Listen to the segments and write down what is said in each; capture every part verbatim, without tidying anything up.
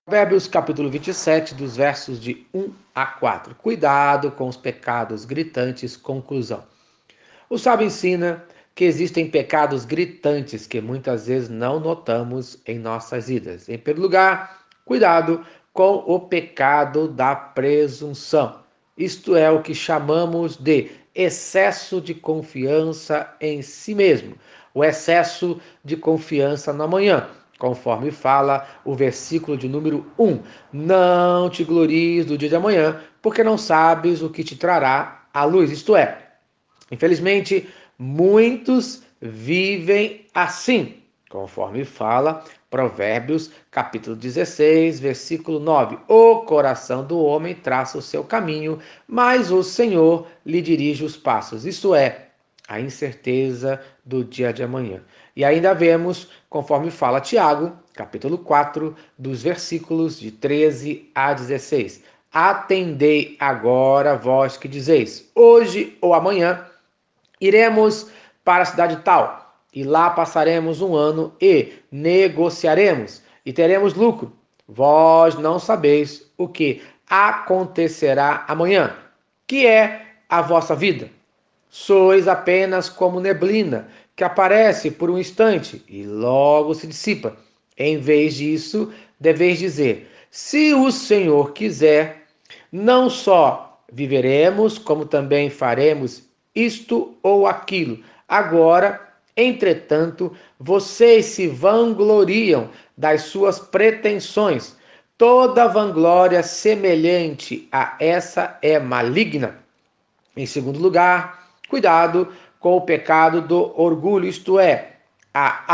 Provérbios capítulo vinte e sete, dos versos de um a quatro. Cuidado com os pecados gritantes, conclusão. O sábio ensina que existem pecados gritantes que muitas vezes não notamos em nossas vidas. Em primeiro lugar, cuidado com o pecado da presunção. Isto é o que chamamos de excesso de confiança em si mesmo, o excesso de confiança no amanhã. Conforme fala o versículo de número um. Não te glories do dia de amanhã, porque não sabes o que te trará a luz. Isto é, infelizmente, muitos vivem assim, conforme fala Provérbios capítulo dezesseis, versículo nove. O coração do homem traça o seu caminho, mas o Senhor lhe dirige os passos. Isto é, a incerteza do dia de amanhã. E ainda vemos, conforme fala Tiago, capítulo quatro, dos versículos de treze a dezesseis. Atendei agora, vós que dizeis, hoje ou amanhã iremos para a cidade tal, e lá passaremos um ano e negociaremos, e teremos lucro. Vós não sabeis o que acontecerá amanhã, que é a vossa vida. Sois apenas como neblina, que aparece por um instante e logo se dissipa. Em vez disso, deveis dizer: se o Senhor quiser, não só viveremos, como também faremos isto ou aquilo. Agora, entretanto, vocês se vangloriam das suas pretensões. Toda vanglória semelhante a essa é maligna. Em segundo lugar, cuidado com o pecado do orgulho, isto é, a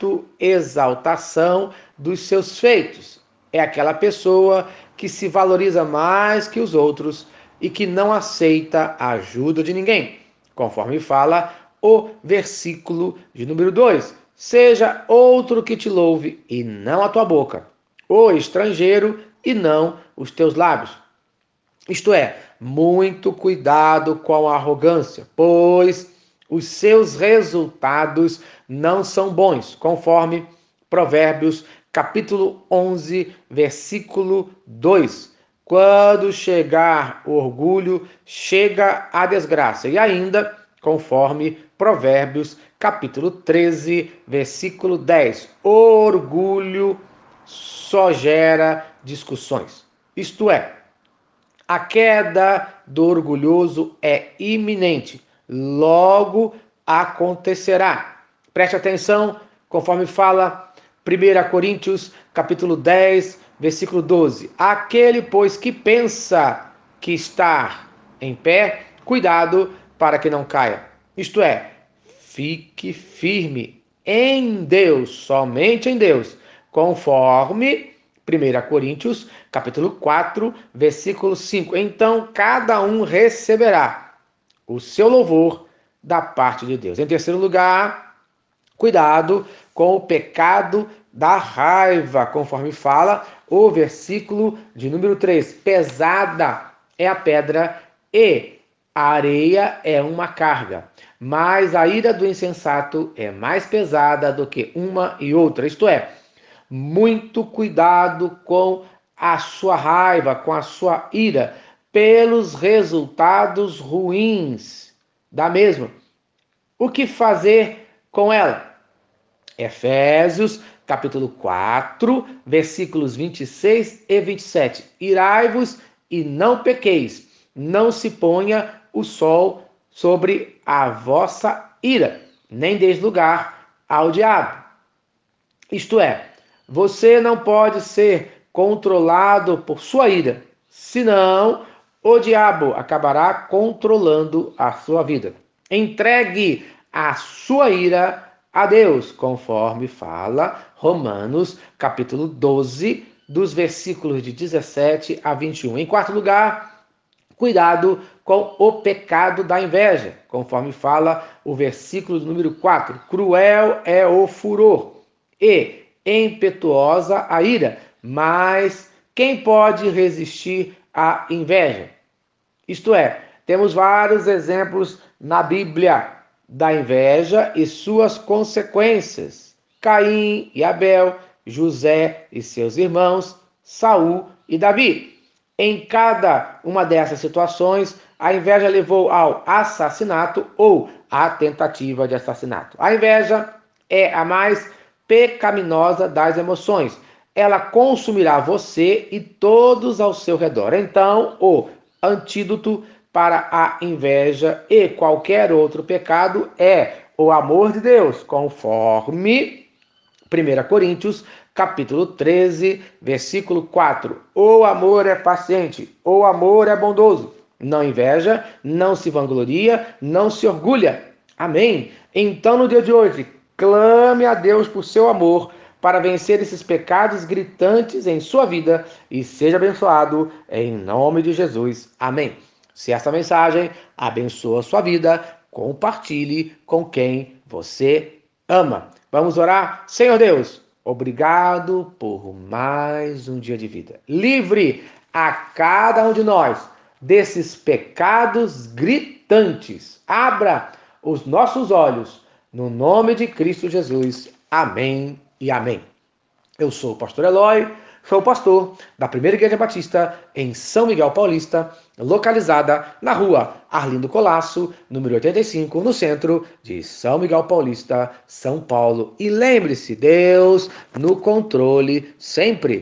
autoexaltação dos seus feitos. É aquela pessoa que se valoriza mais que os outros e que não aceita a ajuda de ninguém, conforme fala o versículo de número dois. Seja outro que te louve e não a tua boca, o estrangeiro e não os teus lábios. Isto é, muito cuidado com a arrogância, pois os seus resultados não são bons, conforme Provérbios capítulo onze, versículo dois. Quando chegar o orgulho, chega a desgraça. E ainda, conforme Provérbios capítulo treze, versículo dez. Orgulho só gera discussões. Isto é, a queda do orgulhoso é iminente, logo acontecerá. Preste atenção, conforme fala primeira Coríntios, capítulo dez, versículo doze. Aquele, pois, que pensa que está em pé, cuidado para que não caia. Isto é, fique firme em Deus, somente em Deus, conforme primeira Coríntios, capítulo quatro, versículo cinco. Então, cada um receberá o seu louvor da parte de Deus. Em terceiro lugar, cuidado com o pecado da raiva, conforme fala o versículo de número três. Pesada é a pedra e a areia é uma carga, mas a ira do insensato é mais pesada do que uma e outra. Isto é, muito cuidado com a sua raiva, com a sua ira, pelos resultados ruins da mesma. O que fazer com ela? Efésios, capítulo quatro, versículos vinte e seis e vinte e sete. Irai-vos e não pequeis, não se ponha o sol sobre a vossa ira, nem deis lugar ao diabo. Isto é, você não pode ser controlado por sua ira, senão o diabo acabará controlando a sua vida. Entregue a sua ira a Deus, conforme fala Romanos, capítulo doze, dos versículos de dezessete a vinte e um. Em quarto lugar, cuidado com o pecado da inveja, conforme fala o versículo número quatro. Cruel é o furor e impetuosa a ira, mas quem pode resistir à inveja? Isto é, temos vários exemplos na Bíblia da inveja e suas consequências. Caim e Abel, José e seus irmãos, Saul e Davi. Em cada uma dessas situações, a inveja levou ao assassinato ou à tentativa de assassinato. A inveja é a mais pecaminosa das emoções. Ela consumirá você e todos ao seu redor. Então, o antídoto para a inveja e qualquer outro pecado é o amor de Deus, conforme primeira Coríntios, capítulo treze, versículo quatro. O amor é paciente, o amor é bondoso, não inveja, não se vangloria, não se orgulha. Amém? Então, no dia de hoje, clame a Deus por seu amor para vencer esses pecados gritantes em sua vida e seja abençoado em nome de Jesus. Amém. Se essa mensagem abençoa a sua vida, compartilhe com quem você ama. Vamos orar? Senhor Deus, obrigado por mais um dia de vida. Livre a cada um de nós desses pecados gritantes. Abra os nossos olhos no nome de Cristo Jesus. Amém e amém. Eu sou o pastor Eloy, sou pastor da Primeira Igreja Batista em São Miguel Paulista, localizada na rua Arlindo Colasso, número oitenta e cinco, no centro de São Miguel Paulista, São Paulo. E lembre-se, Deus no controle sempre.